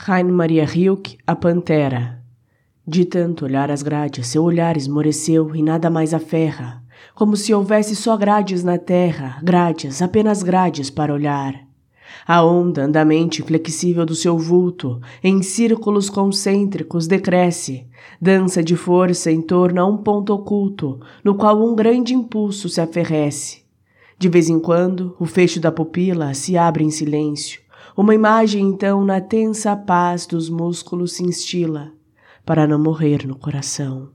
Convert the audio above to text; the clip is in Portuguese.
Raine Maria Rilke, A Pantera. De tanto olhar as grades, seu olhar esmoreceu e nada mais aferra, como se houvesse só grades na terra, grades, apenas grades para olhar. A onda andamente flexível do seu vulto, em círculos concêntricos, decresce, dança de força em torno a um ponto oculto, no qual um grande impulso se aferrece. De vez em quando, o fecho da pupila se abre em silêncio. Uma imagem, então, na tensa paz dos músculos se instila, para não morrer no coração.